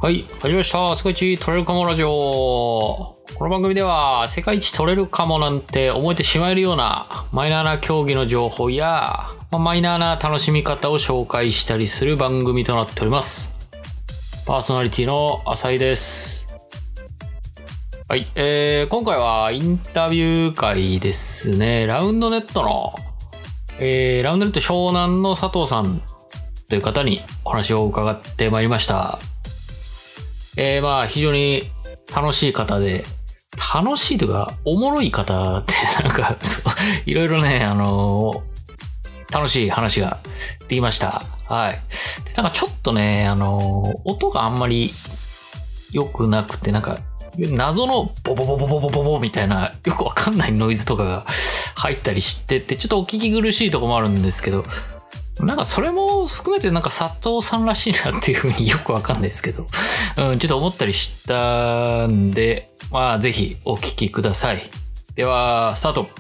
はい、始めました。世界一取れるかもラジオ。この番組では世界一取れるかもなんて思えてしまえるようなマイナーな競技の情報や、マイナーな楽しみ方を紹介したりする番組となっております。パーソナリティの浅井です。はい、今回はインタビュー会ですね。ラウンドネットの、ラウンドネット湘南の佐藤さんという方にお話を伺ってまいりました。非常に楽しい方で、楽しいというか、おもろい方ってなんか、いろいろね、楽しい話ができました。はい。で、なんかちょっとね、音があんまり良くなくて、なんか、謎のボボボボボボボボみたいな、よくわかんないノイズとかが入ったりしてて、ちょっとお聞き苦しいところもあるんですけど、なんかそれも含めてなんか佐藤さんらしいなっていう風によくわかんないですけど、ちょっと思ったりしたんで、ぜひお聞きください。では、スタート。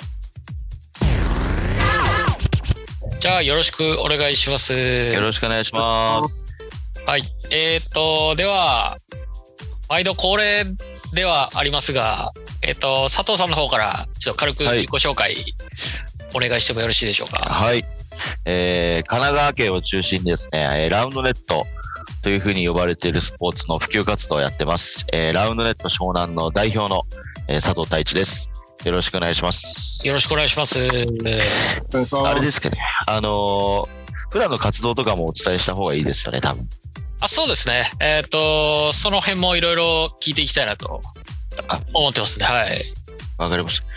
じゃあよろしくお願いします。 よろしくお願いします。 はい。では、毎度恒例ではありますが、佐藤さんの方からちょっと軽く自己紹介お願いしてもよろしいでしょうか。 はい。神奈川県を中心にですね、ラウンドネットというふうに呼ばれているスポーツの普及活動をやってます。ラウンドネット湘南の代表の、佐藤太一です。よろしくお願いします。 よろしくお願いします。 あれですかね、普段の活動とかもお伝えした方がいいですよね、多分。 そうですね。その辺もいろいろ聞いていきたいなと思ってますね。はい。 わかりました。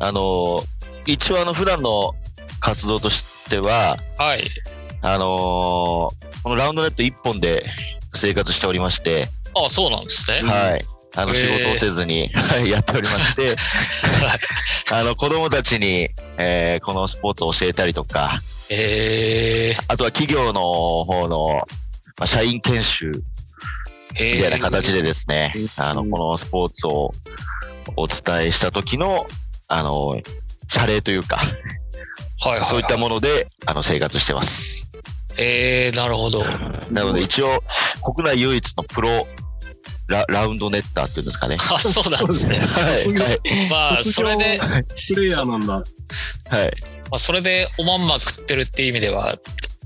一応普段の活動としては、 はい。 このラウンドネット一本で生活しておりまして。 そうなんですね。 はい。仕事をせずにやっておりまして、子供たちに、このスポーツを教えたりとか、あとは企業の方の、社員研修みたいな形でですね、このスポーツをお伝えした時の、謝礼というか、そういったもので生活してます。 なるほど。 なので一応国内唯一のプロラウンドネッターっていうんですかね。 そうなんですね。はい。それでプレイヤーなんだ。 はい。 それでおまんま食ってるっていう意味では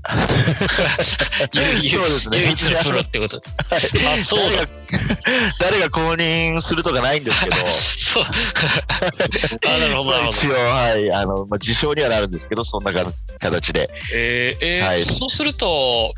唯一のプロってことです。そうだ。 誰が公認するとかないんですけど。 そう。なるほど。 一応、はい。自称にはなるんですけど、そんな形で。 はい、そうすると、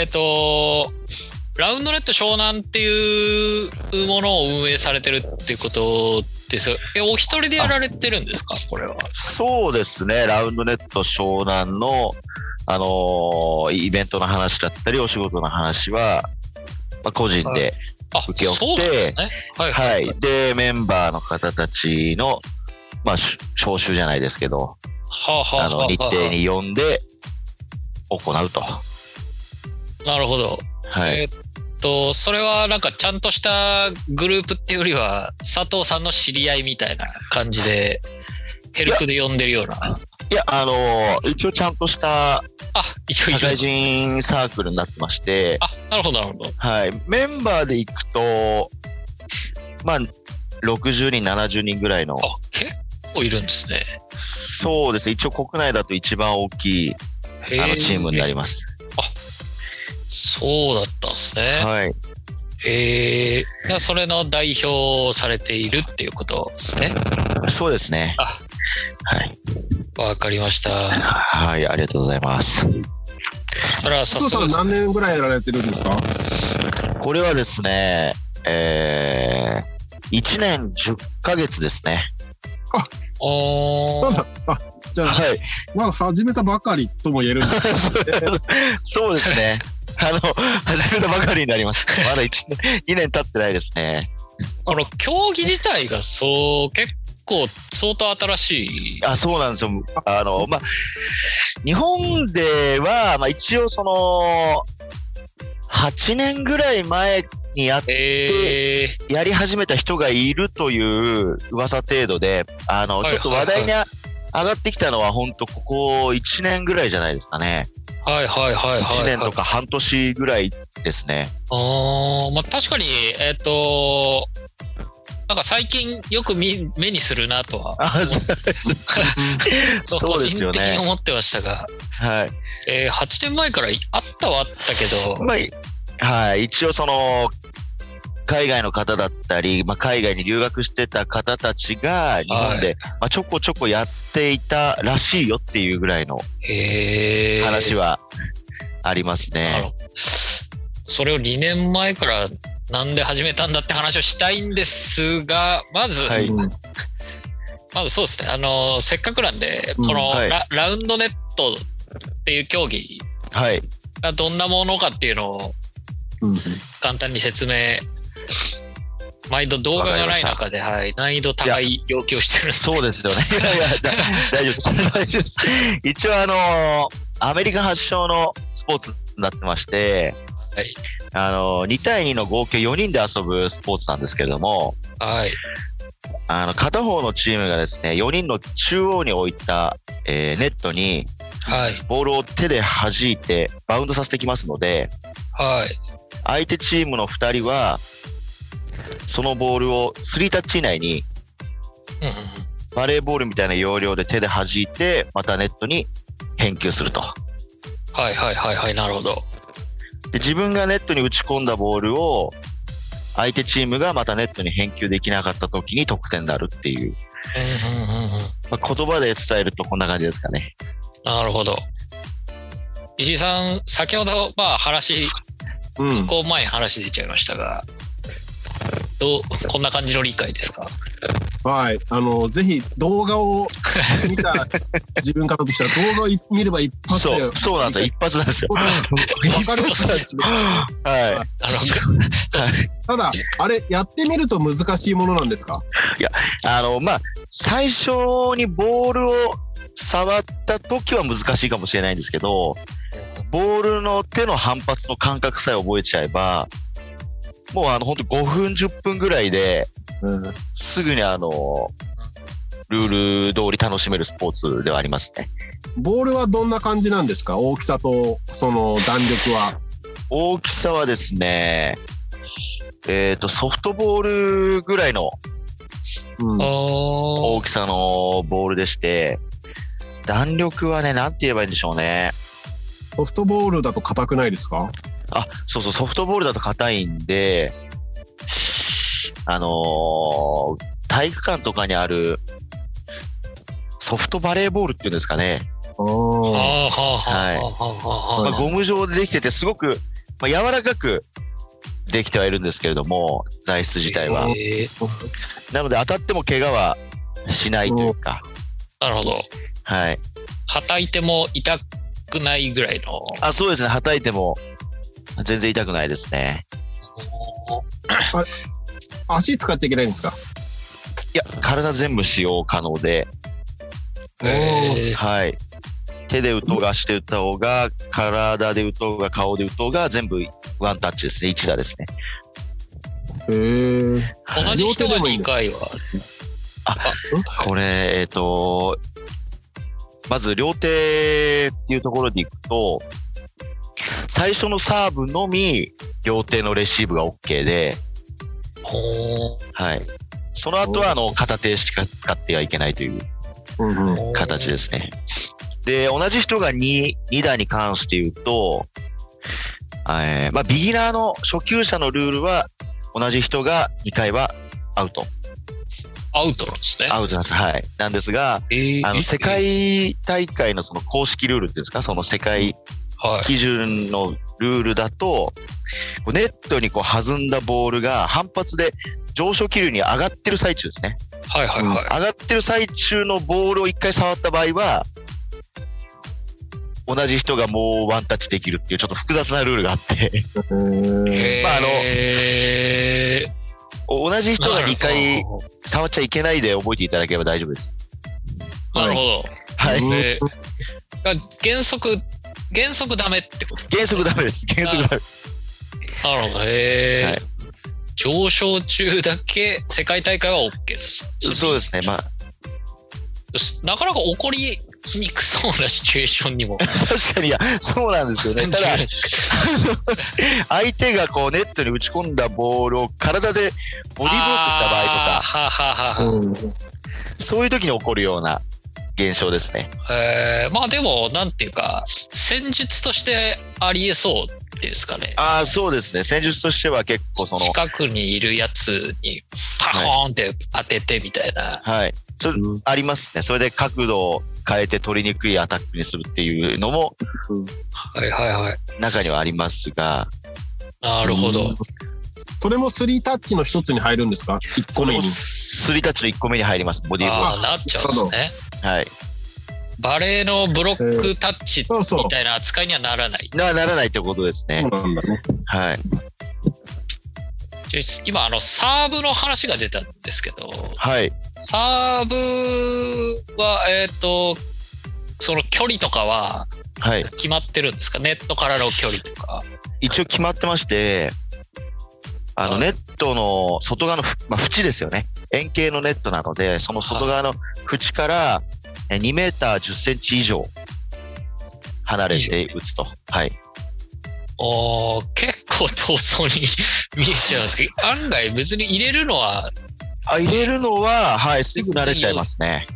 ラウンドネット湘南っていうものを運営されてるっていうことですよ。お一人でやられてるんですか、これは。 そうですね。ラウンドネット湘南のイベントの話だったりお仕事の話は、個人で請け負って、はい。で、メンバーの方たちの、招集じゃないですけど、日程に呼んで行うと。 なるほど。はい。それはなんかちゃんとしたグループっていうよりは、佐藤さんの知り合いみたいな感じで、ヘルプで呼んでるような。 いや、一応ちゃんとした社会人サークルになってまして。 なるほど、なるほど。 はい。メンバーで行くと、60人、70人ぐらいの。 結構いるんですね。 そうですね。一応国内だと一番大きい、チームになります。 そうだったんですね。 はい。 それの代表をされているっていうことですね。 そうですね。はい。 わかりました。 はい、ありがとうございます。 それは早速。何年ぐらいやられてるんですか？ これはですね、1年10ヶ月ですね。 じゃあ、はい、まだ始めたばかりとも言えるんですか？ そうですね。始めたばかりになります。まだ2年経ってないですね。 この競技自体が結構相当新しい。 そうなんですよ。日本では、一応8年ぐらい前にやり始めた人がいるという噂程度で、ちょっと話題に上がってきたのは本当ここ1年ぐらいじゃないですかね。 はいはいはいはい。 1年とか半年ぐらいですね。 まあ確かに、なんか最近よく目にするなとは。 そうですよね。 個人的に思ってましたが。 はい。 8年前からあったはあったけど。 まあ、はい。一応その、海外の方だったり、まあ、海外に留学してた方たちが日本で、まあ、ちょこちょこやっていたらしいよっていうぐらいの話はありますね。 それを2年前からなんで始めたんだって話をしたいんですが、まず、はい、まずそうですね、せっかくなんで、このラウンドネットっていう競技がどんなものかっていうのを簡単に説明、毎度動画がない中で、はい、難易度高い要求をしてるんですけど。 そうですよね。大丈夫です。大丈夫です。一応アメリカ発祥のスポーツになってまして、はい、2対2の合計4人で遊ぶスポーツなんですけれども、はい、片方のチームがですね、4人の中央に置いた、ネットに、はい、ボールを手で弾いてバウンドさせてきますので、はい、相手チームの2人はそのボールを3タッチ以内にバレーボールみたいな要領で手で弾いてまたネットに返球すると。 はいはいはいはい、なるほど。 で、自分がネットに打ち込んだボールを相手チームがまたネットに返球できなかった時に得点になるっていう、まあ、言葉で伝えるとこんな感じですかね。 なるほど。石井さん、先ほどまあ話、こう前に話出ちゃいましたが、こんな感じの理解ですか？ はい。ぜひ動画を見た自分からとしたら動画を見れば一発で。 そうなんですよ。一発なんですよ。わかるやつなんですね。はい。ただ、あれ、やってみると難しいものなんですか？ いや、まあ、最初にボールを触った時は難しいかもしれないんですけど、ボールの手の反発の感覚さえ覚えちゃえば、もう本当5分10分ぐらいで、すぐにルール通り楽しめるスポーツではありますね。 ボールはどんな感じなんですか？大きさとその弾力は。 大きさはですね、ソフトボールぐらいの大きさのボールでして、弾力はね、なんて言えばいいんでしょうね。 ソフトボールだと硬くないですか？ そうそう、ソフトボールだと硬いんで、体育館とかにあるソフトバレーボールっていうんですかね。はい。まあ、ゴム状でできててすごく、まあ、柔らかくできてはいるんですけれども、材質自体は。なので当たっても怪我はしないというか。 なるほど。 はい。 叩いても痛くないぐらいの。 そうですね。叩いても全然痛くないですね。 足使っちゃいけないんですか？ いや、体全部使用可能で、はい。手で打とうが足で打った方が、体で打とうが顔で打とうが全部ワンタッチですね。一打ですね。 同じ人が2回は。 これまず両手っていうところでいくと、最初のサーブのみ両手のレシーブが OK で、はい。その後は片手しか使ってはいけないという形ですね。で、同じ人が2打に関して言うと、まあビギナーの初級者のルールは同じ人が2回はアウト。 アウトなんですね。 アウトなんです。はい。なんですが、世界大会のその公式ルールっていうんですか、その世界基準のルールだと、ネットに弾んだボールが反発で上昇気流に上がってる最中ですね。 はいはいはい。 上がってる最中のボールを1回触った場合は、同じ人がもうワンタッチできるっていうちょっと複雑なルールがあって、まあ同じ人が2回触っちゃいけないで覚えていただければ大丈夫です。 なるほど。 はい。 原則ダメってこと？ 原則ダメです。原則ダメです。 なるほど。はい。上昇中だけ世界大会は OK です。 そうですね。まあなかなか起こりにくそうなシチュエーションにも。 確かに、いや、そうなんですよね。ただ、相手がこうネットに打ち込んだボールを体でボディーブロックした場合とか、そういう時に起こるような現象ですね。 まあでも、なんていうか、戦術としてありえそうですかね。 そうですね。戦術としては結構その。 近くにいるやつにパコーンって当ててみたいな。 はい。それありますね。それで角度を変えて取りにくいアタックにするっていうのも、 はいはいはい。 中にはありますが。 なるほど。 それも3タッチの一つに入るんですか ?1 個目に。 3タッチの1個目に入ります。ボディーブロック。 なっちゃうんですね。 はい。 バレーのブロックタッチみたいな扱いにはならない。 ならないってことですね。 そうなんだね。 はい。 今サーブの話が出たんですけど、 はい。 サーブはその距離とかは決まってるんですか？ネットからの距離とか。 一応決まってまして、ネットの外側の縁ですよね。円形のネットなので、その外側の縁から2メーター10センチ以上離れて打つと。はい。 結構遠そうに見えちゃうんですけど、案外別に入れるのは、 はい、すぐ慣れちゃいますね。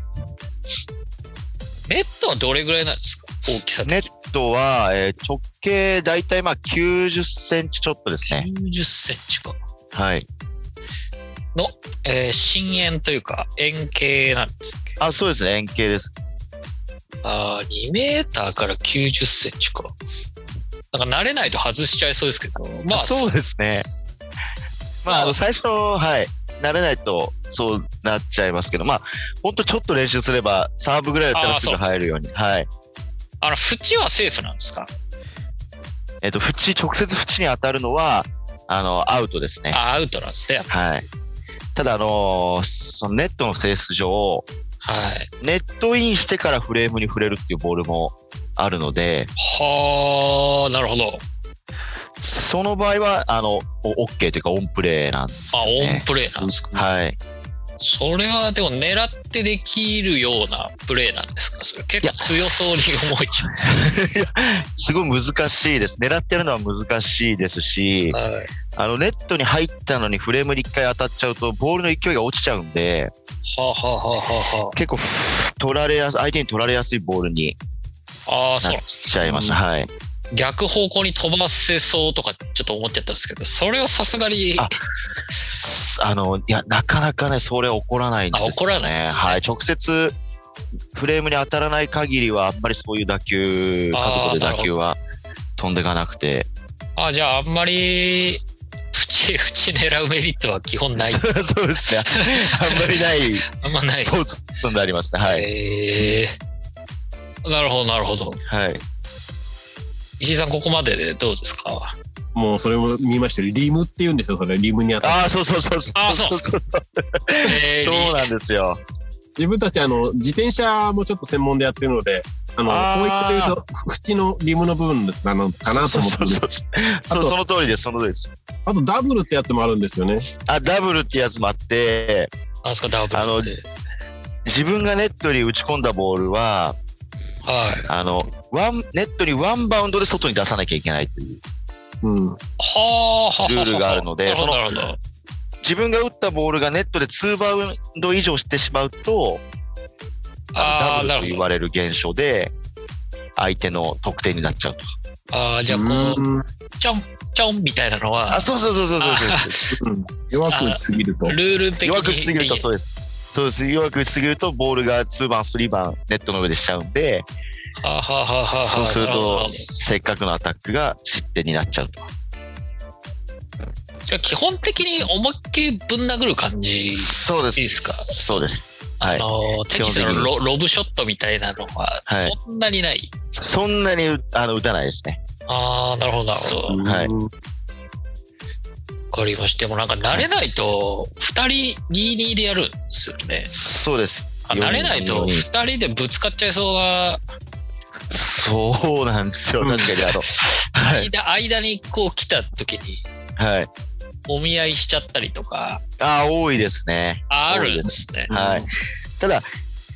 ネットはどれぐらいなんですか？大きさ的に。 ネットは、直径だいたい90センチちょっとですね。 90センチか。 はい。 の、深円というか円形なんですっけ？ そうですね、円形です。 2メーターから90センチか。なんか慣れないと外しちゃいそうですけど、まあそうですね。最初はい慣れないとそうなっちゃいますけど、本当ちょっと練習すればサーブぐらいだったらすぐ入るように。はい。 縁はセーフなんですか？ 直接縁に当たるのはアウトですね。 アウトなんですね。 はい。ただそのネットの性質上、 はい。 ネットインしてからフレームに触れるっていうボールもあるので。 なるほど。 その場合はOK というかオンプレーなんですね。 オンプレーなんですか？ はい。 それはでも狙ってできるようなプレーなんですか？それ結構強そうに思えちゃう。 すごい難しいです。狙ってるのは難しいですし、 はい、 ネットに入ったのにフレームに一回当たっちゃうとボールの勢いが落ちちゃうんで、結構相手に取られやすいボールになっちゃいます。はい。 逆方向に飛ばせそうとかちょっと思っちゃったんですけど、それはさすがに。いや、なかなかね、それは起こらないんですね。 起こらないですね。 はい。直接、フレームに当たらない限りは、あんまりそういう角度で打球は飛んでいかなくて。 じゃあ、あんまり、縁狙うメリットは基本ない。 そうですね。あんまりない。 あんまない。 スポーツでありますね。はい。 なるほど、なるほど。 はい。 石井さん、ここまででどうですか？ もうそれも見ましたよ。リムって言うんですよ、それ。リムに当たる。 そう。そうなんですよ。 自分たち自転車もちょっと専門でやってるので、こういった言うと、縁のリムの部分なのかなと思って。 その通りです、その通りです。 あとダブルってやつもあるんですよね。 ダブルってやつもあって、 なんですか、ダブルって。 自分がネットに打ち込んだボールは、 はい。 ネットにワンバウンドで外に出さなきゃいけないというルールがあるので、自分が打ったボールがネットで2バウンド以上してしまうと、ダブルと言われる現象で、相手の得点になっちゃうと。 じゃあちょんちょんみたいなのは。 そう。 弱くすぎると。 ルール的に。 弱くしすぎると、そうです。そうです。弱くしすぎると、ボールが2番、3番、ネットの上でしちゃうんで、そうすると、せっかくのアタックが失点になっちゃうと。 じゃあ基本的に思いっきりぶん殴る感じ。 そうです。 いいですか？ そうです。はい。 テニスのロブショットみたいなのは、そんなにない？ そんなに打たないですね。 なるほど、なるほど。 はい。わかりました。でもなんか慣れないと、2人2-2でやるんですよね。 そうです。 慣れないと2人でぶつかっちゃいそうな。 そうなんですよ。確かに間にこう来た時に、 はい。 お見合いしちゃったりとか。 多いですね。 あるんですね。 はい。ただ、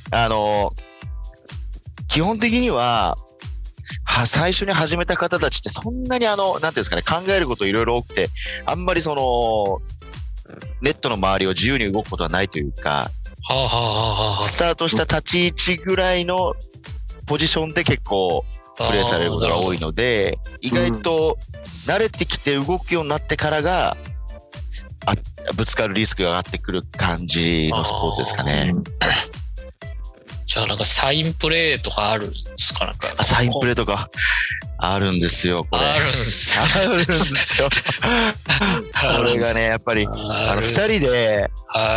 基本的には、最初に始めた方たちってそんなになんていうんですかね、考えることいろいろ多くて、あんまりネットの周りを自由に動くことはないというか、スタートした立ち位置ぐらいのポジションで結構プレーされることが多いので、意外と慣れてきて動くようになってからが、ぶつかるリスクが上がってくる感じのスポーツですかね。 じゃあなんかサインプレーとかあるんですか？なんかサインプレーとかあるんですよ、これ。 あるんですよ。 あるんですよ。これがね、やっぱり、2人で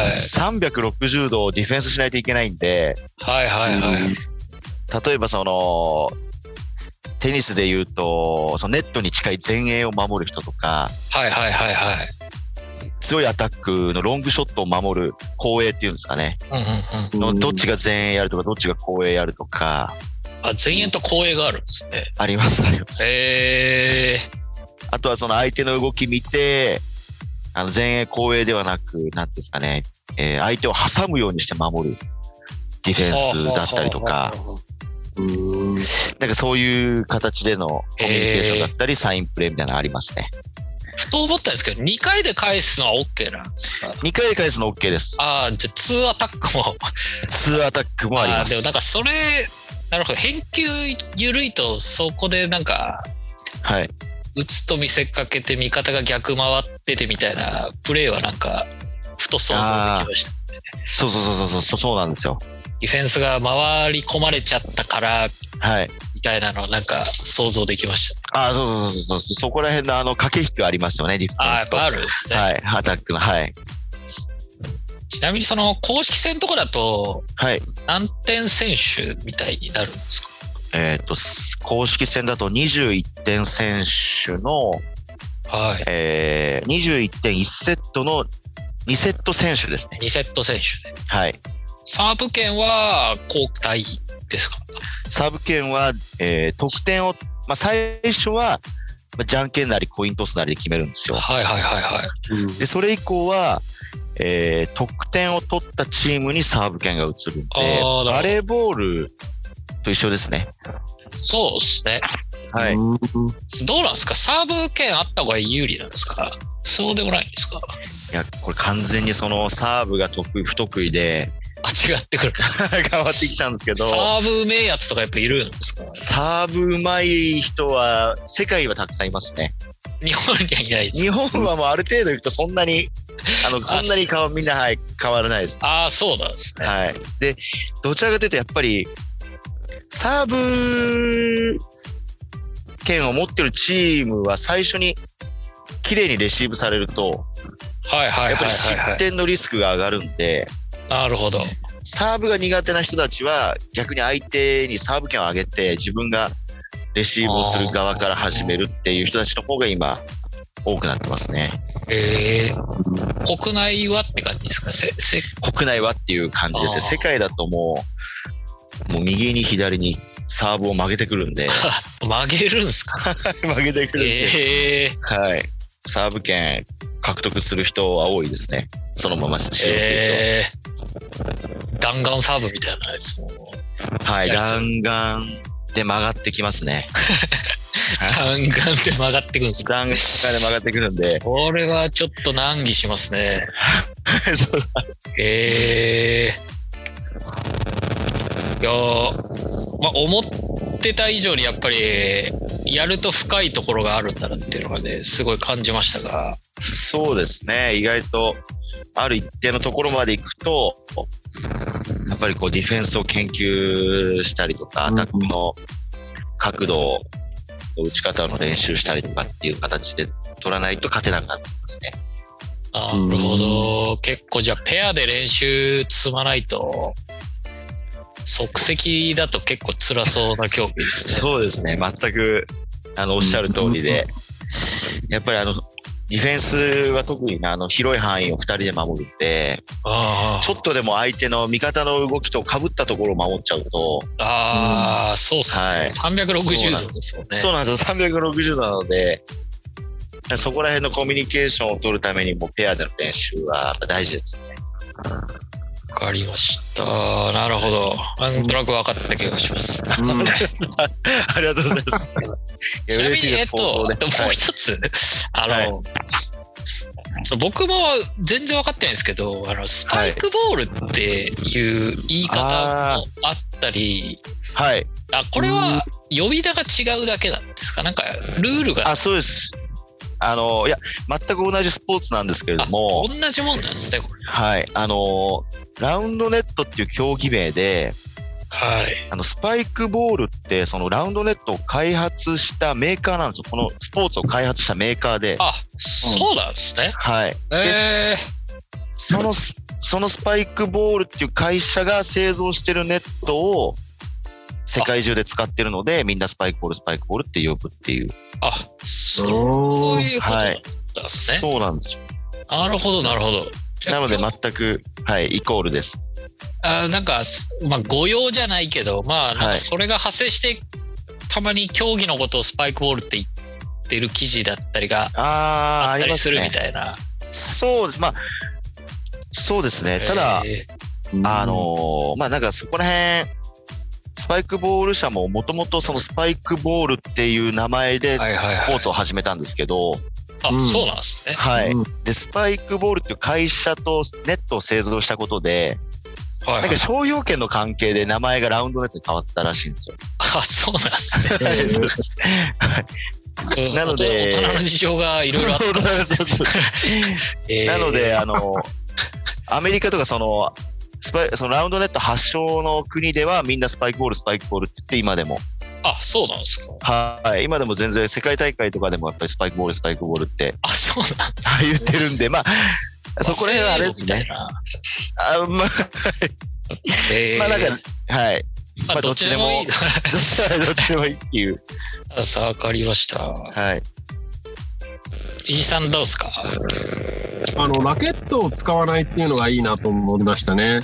360度ディフェンスしないといけないんで、 はいはいはい。 例えばテニスで言うと、ネットに近い前衛を守る人とか、 はいはいはいはい。 強いアタックのロングショットを守る後衛っていうんですかね。どっちが前衛やるとか、どっちが後衛やるとか。 前衛と後衛があるんですね。 ありますあります。あとは相手の動き見て、前衛後衛ではなく、なんていうんですかね、相手を挟むようにして守るディフェンスだったりとか、なんかそういう形でのコミュニケーションだったり、サインプレーみたいなのありますね。 ふと思ったんですけど、2回で返すのは OK なんですか？2 回で返すの OK です。 じゃあ2アタックも 2アタックもあります。 でもなんかそれ、なるほど、返球緩いとそこでなんか、 はい。 打つと見せかけて味方が逆回っててみたいなプレーはなんか、ふと想像できましたね。 そうなんですよ。 ディフェンスが回り込まれちゃったから、 はい。 みたいなのなんか想像できました。 そこら辺の駆け引きありますよね、ディフェンスと。 やっぱあるんですね。 はい、アタックの、はい。 ちなみに公式戦とかだと、 はい。 何点選手みたいになるんですか？ 公式戦だと21点選手の、 はい。 21点1セットの2セット選手ですね。 2セット選手で。 はい。 サーブ権は交代ですか？ サーブ権は、得点を、最初は、じゃんけんなりコイントスなりで決めるんですよ。 はいはいはいはい。 で、それ以降は、得点を取ったチームにサーブ権が移るんで、バレーボールと一緒ですね。 そうですね。 はい。 どうなんですか？サーブ権あった方が有利なんですか？そうでもないんですか？ いや、これ完全にサーブが得意不得意で、 違ってくる。 変わってきちゃうんですけど。 サーブうめえやつとかやっぱいるんですか？ サーブうまい人は、世界はたくさんいますね。 日本にはいないです。 日本はもうある程度いくとそんなに、みんな、はい、変わらないです。 そうなんですね。 はい。で、どちらかというとやっぱり、サーブ権を持ってるチームは最初に綺麗にレシーブされると、やっぱり失点のリスクが上がるんで、 なるほど。 サーブが苦手な人たちは逆に相手にサーブ権を上げて自分がレシーブをする側から始めるっていう人たちの方が今多くなってますね。 国内はって感じですか？ 国内はっていう感じですね。世界だともう右に左にサーブを曲げてくるんで。 曲げるんすか？ 曲げてくるんで。はい。サーブ権獲得する人は多いですね。そのまま使用すると。弾丸サーブみたいなやつも。 はい、弾丸で曲がってきますね。 弾丸で曲がってくるんですか？ 弾丸で曲がってくるんで。 これはちょっと難儀しますね。いや思ってた以上にやっぱりやると深いところがあるんだなっていうのがね、すごい感じましたが。 そうですね。意外とある一定のところまで行くと、やっぱりディフェンスを研究したりとか、アタックの角度、打ち方の練習したりとかっていう形で取らないと勝てなくなってますね。 なるほど。結構じゃあペアで練習積まないと、即席だと結構辛そうな競技ですね。 そうですね。全くおっしゃる通りで、やっぱりディフェンスは特に広い範囲を2人で守るんで、ちょっとでも相手の味方の動きと被ったところを守っちゃうと、 そうっすね。はい、360度ですよね。 そうなんですよ。360度なので、そこら辺のコミュニケーションを取るためにもペアでの練習は大事ですね。 かりました。なるほど。なんとなく分かった気がします。 ありがとうございます。 ちなみに、もう一つ、僕も全然分かってないんですけど、スパイクボールっていう言い方もあったり、 はい。 これは呼び名が違うだけなんですか？なんかルールが。 そうです。いや、全く同じスポーツなんですけれども。 同じもんなんですね、これ。 はい。ラウンドネットっていう競技名で、 はい。 スパイクボールって、そのラウンドネットを開発したメーカーなんですよ。このスポーツを開発したメーカーで。 そうなんですね。 はい。そのスパイクボールっていう会社が製造してるネットを世界中で使ってるので、みんなスパイクボールって呼ぶっていう。 そういうことだったんですね。 そうなんですよ。 なるほど、なるほど。 なので全く、イコールです。 なんか、誤用じゃないけど、なんかそれが派生して、たまに競技のことをスパイクボールって言ってる記事だったりがあったりするみたいな。 そうです。そうですね。ただ、なんかそこら辺、スパイクボール社ももともとそのスパイクボールっていう名前でスポーツを始めたんですけど、 そうなんですね。 はい。で、スパイクボールっていう会社とネットを製造したことで、なんか商標権の関係で名前がラウンドネットに変わったらしいんですよ。 そうなんですね。 そうですね。なので、 大人の事情がいろいろあったんですね。 なので、アメリカとかそのラウンドネット発祥の国ではみんなスパイクボールって言って今でも。 そうなんですか。 はい。今でも全然世界大会とかでもやっぱりスパイクボールって。 そうなん言ってるんで、そこら辺はあれですね。なんか、はい。 どっちでもいい。 どっちでもいいっていう。 わかりました。 はい。 石井さんどうですか？ ラケットを使わないっていうのがいいなと思いましたね。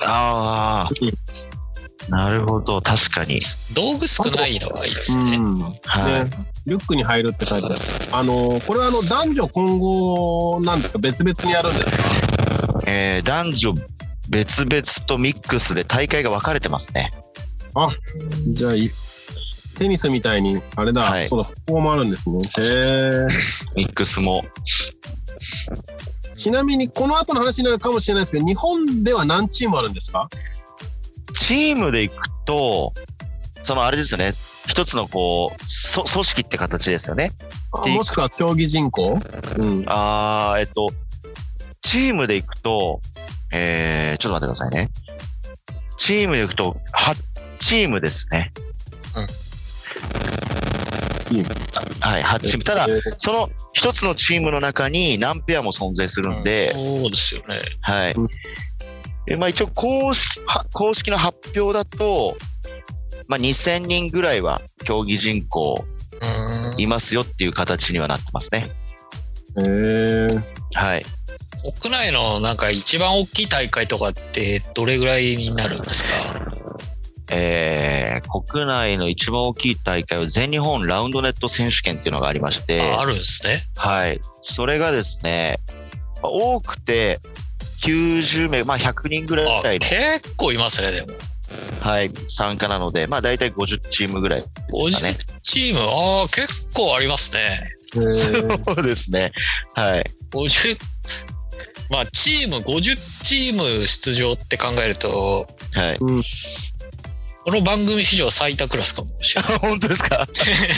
なるほど、確かに。 道具少ないのがいいですね。 リュックに入るって書いてある。これは男女混合なんですか？別々にやるんですか？ 男女別々とミックスで大会が分かれてますね。 じゃあテニスみたいにあれだ、そうだ、複合もあるんですね。 ミックスも。 ちなみにこの後の話になるかもしれないですけど、日本では何チームあるんですか？ チームでいくと、あれですよね。一つの組織って形ですよね。 もしくは競技人口？ チームでいくと、ちょっと待ってくださいね。チームでいくと、8チームですね。はい、8チーム。ただ、その一つのチームの中に何ペアも存在するんで。 そうですよね。 はい。一応公式の発表だと、2000人ぐらいは競技人口いますよっていう形にはなってますね。はい。 国内のなんか一番大きい大会とかってどれぐらいになるんですか？ 国内の一番大きい大会は全日本ラウンドネット選手権っていうのがありまして。 あるんですね。 はい。それがですね、多くて90名、100人ぐらいの。 結構いますね、でも。 はい、参加なので、大体50チームぐらいですかね。 50チーム、結構ありますね。 そうですね。はい。 チーム50チーム出場って考えると、 はい。 この番組史上最多クラスかもしれない。 本当ですか？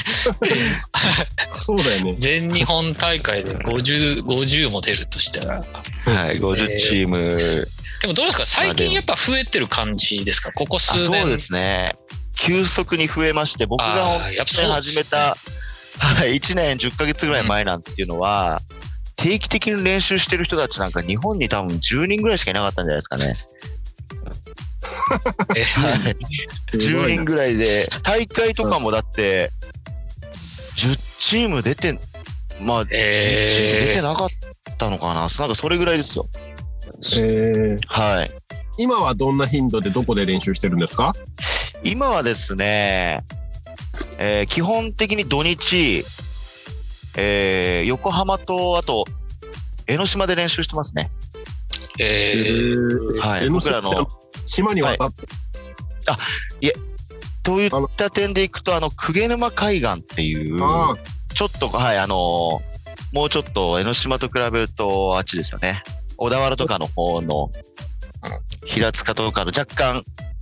そうだよね。 全日本大会で50も出るとしたら。 はい、50チーム。 でもどうですか？最近やっぱ増えてる感じですか？ここ数年。 そうですね。急速に増えまして、僕が始めた、1年10ヶ月ぐらい前なんていうのは、定期的に練習してる人たちなんか日本に多分10人ぐらいしかいなかったんじゃないですかね。10人ぐらいで、大会とかもだって10チーム出て、10チーム出てなかったのかな。なんかそれぐらいですよ。はい。 今はどんな頻度でどこで練習してるんですか？ 今はですね、基本的に土日、横浜とあと江ノ島で練習してますね。 はい、僕らの島に渡って、 はい、いえ、といった点でいくと、鵠沼海岸っていう、ちょっと、はい、もうちょっと江ノ島と比べるとあっちですよね。小田原とかの方の、平塚とかの若干、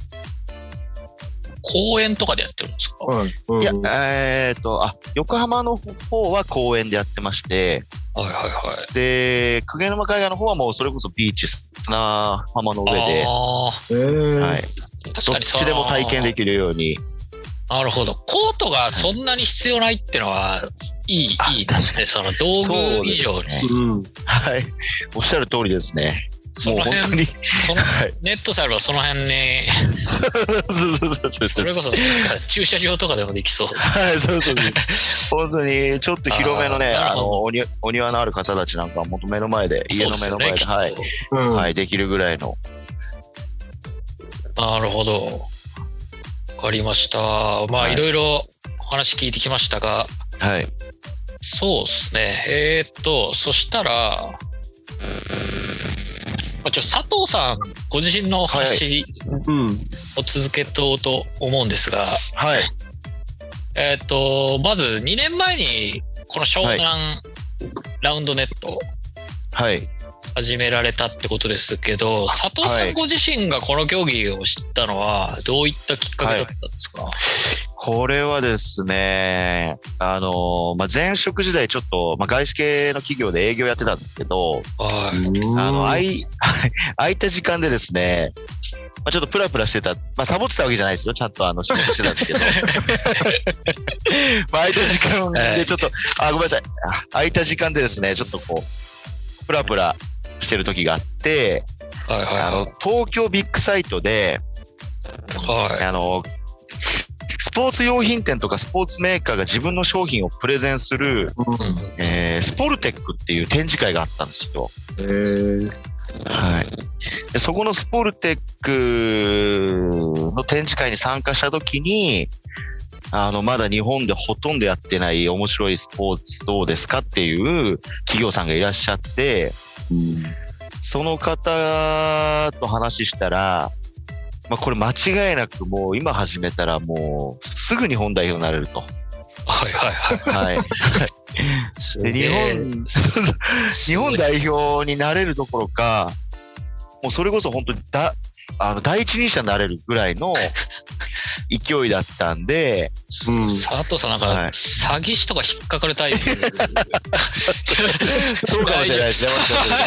公園とかでやってるんですか？ いや、横浜の方は公園でやってまして、 はいはいはい。 で、鵠沼海岸の方はもうそれこそビーチ、砂浜の上で、はい。どっちでも体験できるように。 なるほど。コートがそんなに必要ないっていうのは、いいですね。その道具以上に。 はい。おっしゃる通りですね。 その辺、ネットさえあればその辺ね、それこそ駐車場とかでもできそう。 はい、そう。本当にちょっと広めのね、お庭のある方たちなんかはもっと目の前で、家の目の前で、はい、できるぐらいの。 なるほど。わかりました。まあ、いろいろお話聞いてきましたが、 はい。 そうですね。そしたら、佐藤さんご自身のお話を続けとうと思うんですが、 はい。 まず2年前にこの湘南ラウンドネット始められたってことですけど、佐藤さんご自身がこの競技を知ったのはどういったきっかけだったんですか？ これはですね、前職時代ちょっと、外資系の企業で営業やってたんですけど、空いた時間でですね、ちょっとプラプラしてた、サボってたわけじゃないですよ。ちゃんと仕事してたんですけど。空いた時間でちょっと、ごめんなさい。空いた時間でですね、ちょっとこう、プラプラしてる時があって、東京ビッグサイトで、スポーツ用品店とかスポーツメーカーが自分の商品をプレゼンする、スポルテックっていう展示会があったんですよ。はい。でそこのスポルテックの展示会に参加した時に、まだ日本でほとんどやってない面白いスポーツどうですかっていう企業さんがいらっしゃって、その方と話したら、これ間違いなくもう今始めたらもうすぐ日本代表になれると。はいで日本代表になれるどころか、もうそれこそ本当に第一人者になれるぐらいの勢いだったんで、 佐藤さんなんか詐欺師とか引っかかるタイプそうかもしれないですね。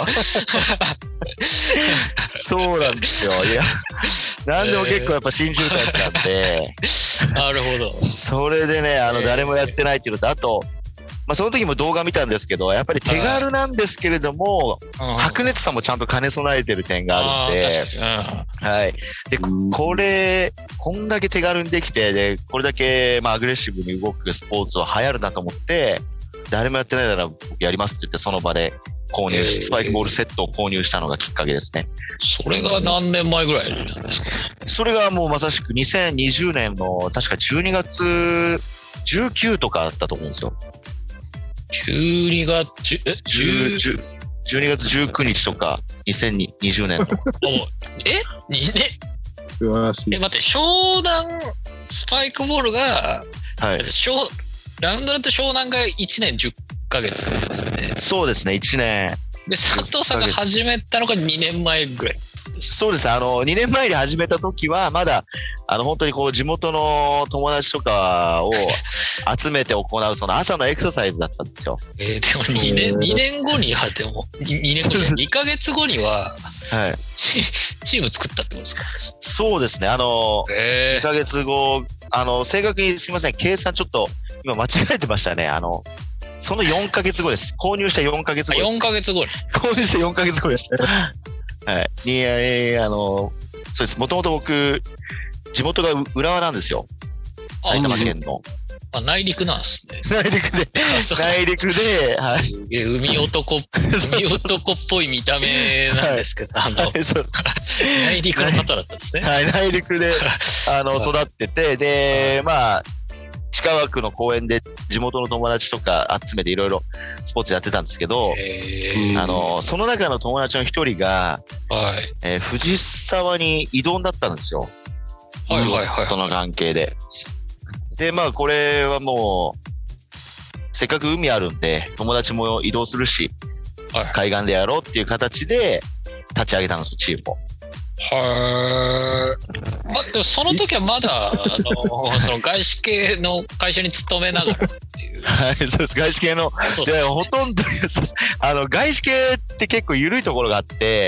そうなんですよ。いや、なんでも結構やっぱ信じるタイプなんで。 なるほど。 それでね、誰もやってないっていうのと、あと、その時も動画見たんですけど、やっぱり手軽なんですけれども、白熱さもちゃんと兼ね備えてる点があるんで、はい。で、こんだけ手軽にできて、で、これだけ、アグレッシブに動くスポーツは流行るなと思って、誰もやってないなら僕やりますって言って、その場で購入し、スパイクボールセットを購入したのがきっかけですね。 それが何年前ぐらいなんですか？ それがもうまさしく2020年の確か12月19とかだったと思うんですよ。 12月 19日とか2020年の 2年待って、湘南スパイクボールが、ラウンドネット湘南が1年10ヶ月ですね。 そうですね、1年で、佐藤さんが始めたのが2年前ぐらい。 そうです。2年前に始めた時は、まだ、本当にこう、地元の友達とかを集めて行う、その朝のエクササイズだったんですよ。 でも2年後には、でも、2ヶ月後には、チーム作ったってことですか？ そうですね。2ヶ月後、正確にすみません、計算ちょっと、今間違えてましたね。その4ヶ月後です。購入した4ヶ月後です。 4ヶ月後に。 購入した4ヶ月後です。はい。そうです。もともと僕、地元が浦和なんですよ。埼玉県の。 内陸なんですね。 内陸で、はい。 海男っぽい見た目なんですけど、内陸の方だったんですね。 はい、内陸で、育ってて、で、 近くの公園で地元の友達とか集めていろいろスポーツやってたんですけど、その中の友達の一人が、藤沢に異動だったんですよ。その関係で。で、まあこれはもう、せっかく海あるんで、友達も移動するし、海岸でやろうっていう形で立ち上げたんですよ、チームを。 でもその時はまだその外資系の会社に勤めながらっていう。 はい、そうです。外資系の、でほとんど外資系って結構緩いところがあって、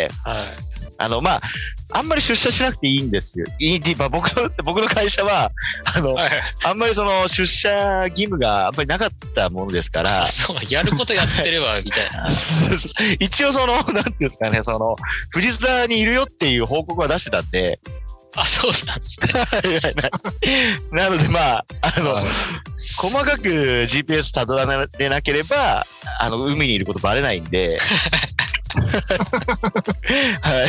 まああんまり出社しなくていいんですよ。僕の会社はあんまりその出社義務があんまりなかったものですから。 そう、やることやってればみたいな。 一応なんていうんですかね、藤沢にいるよっていう報告は出してたんで。 そうなんですね。 なのでまあ細かく GPS たどられなければ海にいることバレないんで。はい。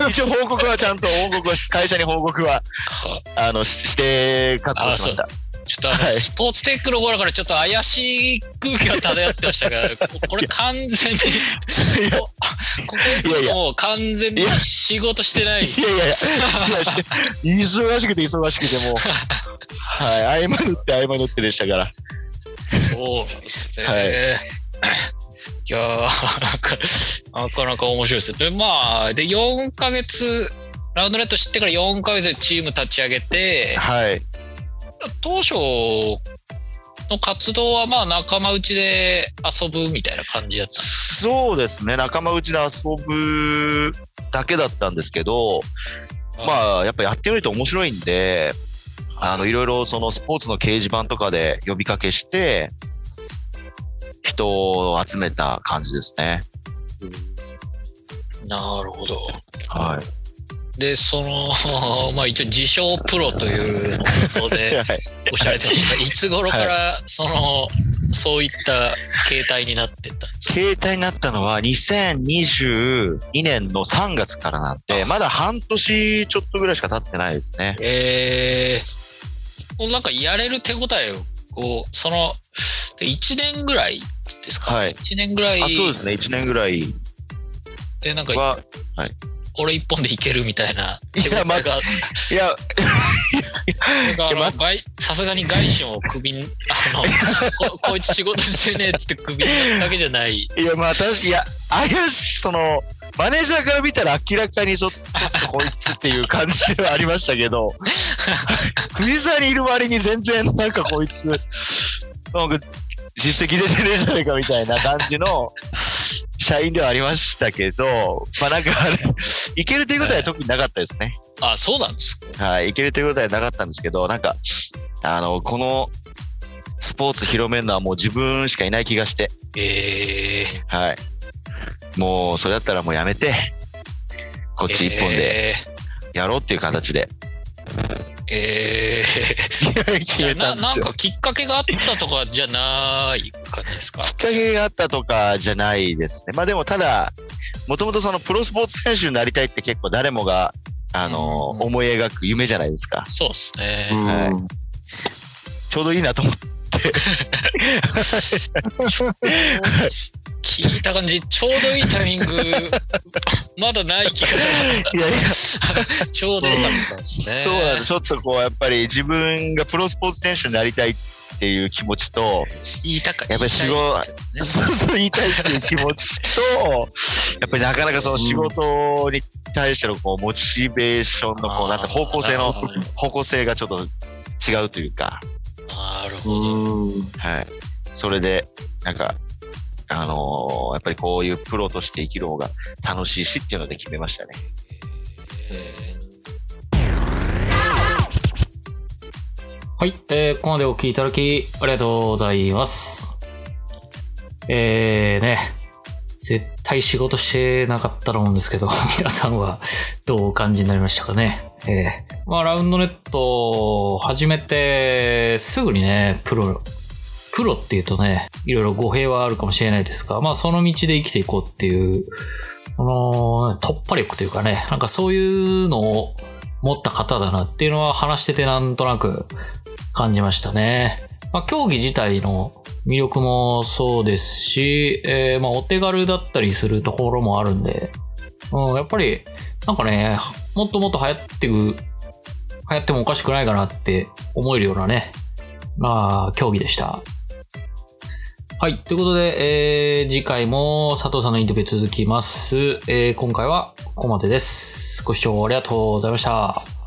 一応報告は会社に報告はして活動しました。 ちょっとスポーツテックの頃からちょっと怪しい空気が漂ってましたから、これ完全にここもう完全に仕事してないです。 忙しくてもうはい、合間縫ってでしたから。 そうですね。はい。いやなかなか面白いですよ。で、まあ、4ヶ月、ラウンドネット知ってから4ヶ月でチーム立ち上げて、 はい。 当初の活動はまあ仲間内で遊ぶみたいな感じだったんですか？ そうですね。仲間内で遊ぶだけだったんですけど、まあ、やっぱやってみると面白いんで、いろいろそのスポーツの掲示板とかで呼びかけして、人を集めた感じですね。 なるほど。 はい。 で、まあ一応自称プロということでおっしゃられてましたが、いつ頃からそういった形態になってた？ 形態になったのは2022年の3月からなんで、まだ半年ちょっとぐらいしか経ってないですね。 なんかやれる手応えを1年ぐらいですか？ はい。 1年ぐらい。 そうですね、1年ぐらい。 で、なんか、これ一本でいけるみたいな。さすがに外資もクビに、こいつ仕事してねえっつってクビになったわけじゃない。 いや、まあ、怪しい、マネージャーから見たら明らかにちょっとこいつっていう感じではありましたけど、藤沢にいる割に全然なんかこいつ、なんか実績出てねえじゃねえかみたいな感じの社員ではありましたけど、まあなんかいけるということは特になかったですね。 そうなんですか。 はい、いけるということはなかったんですけど、なんかこのスポーツ広めるのはもう自分しかいない気がして、はい、もうそれだったらもうやめてこっち一本でやろうっていう形で。 なんかきっかけがあったとかじゃない感じですか？ きっかけがあったとかじゃないですね。まあでもただ、もともとプロスポーツ選手になりたいって結構誰もが、思い描く夢じゃないですか。 そうですね。 はい。ちょうどいいなと思って。 聞いた感じ、ちょうどいいタイミング、まだない気がする。いやちょうどよかったですね。 そうなんです。ちょっとやっぱり自分がプロスポーツ選手になりたいっていう気持ちと、やっぱり言いたいっていう気持ちと、やっぱりなかなかその仕事に対してのモチベーションのなんて方向性がちょっと違うというか。 なるほど。 はい。それで、なんか、やっぱりこういうプロとして生きる方が楽しいしっていうので決めましたね。 はい、ここまでお聞きいただきありがとうございます。絶対仕事してなかったと思うんですけど、皆さんはどうお感じになりましたかね。まあラウンドネット始めてすぐにね、プロっていうとね、いろいろ語弊はあるかもしれないですが、まあその道で生きていこうっていう、突破力というかね、なんかそういうのを持った方だなっていうのは話しててなんとなく感じましたね。まあ、競技自体の魅力もそうですし、まあ、お手軽だったりするところもあるんで、やっぱり、なんかね、もっともっと流行ってもおかしくないかなって思えるようなね、まあ、競技でした。はい。ということで、次回も佐藤さんのインタビュー続きます。今回はここまでです。ご視聴ありがとうございました。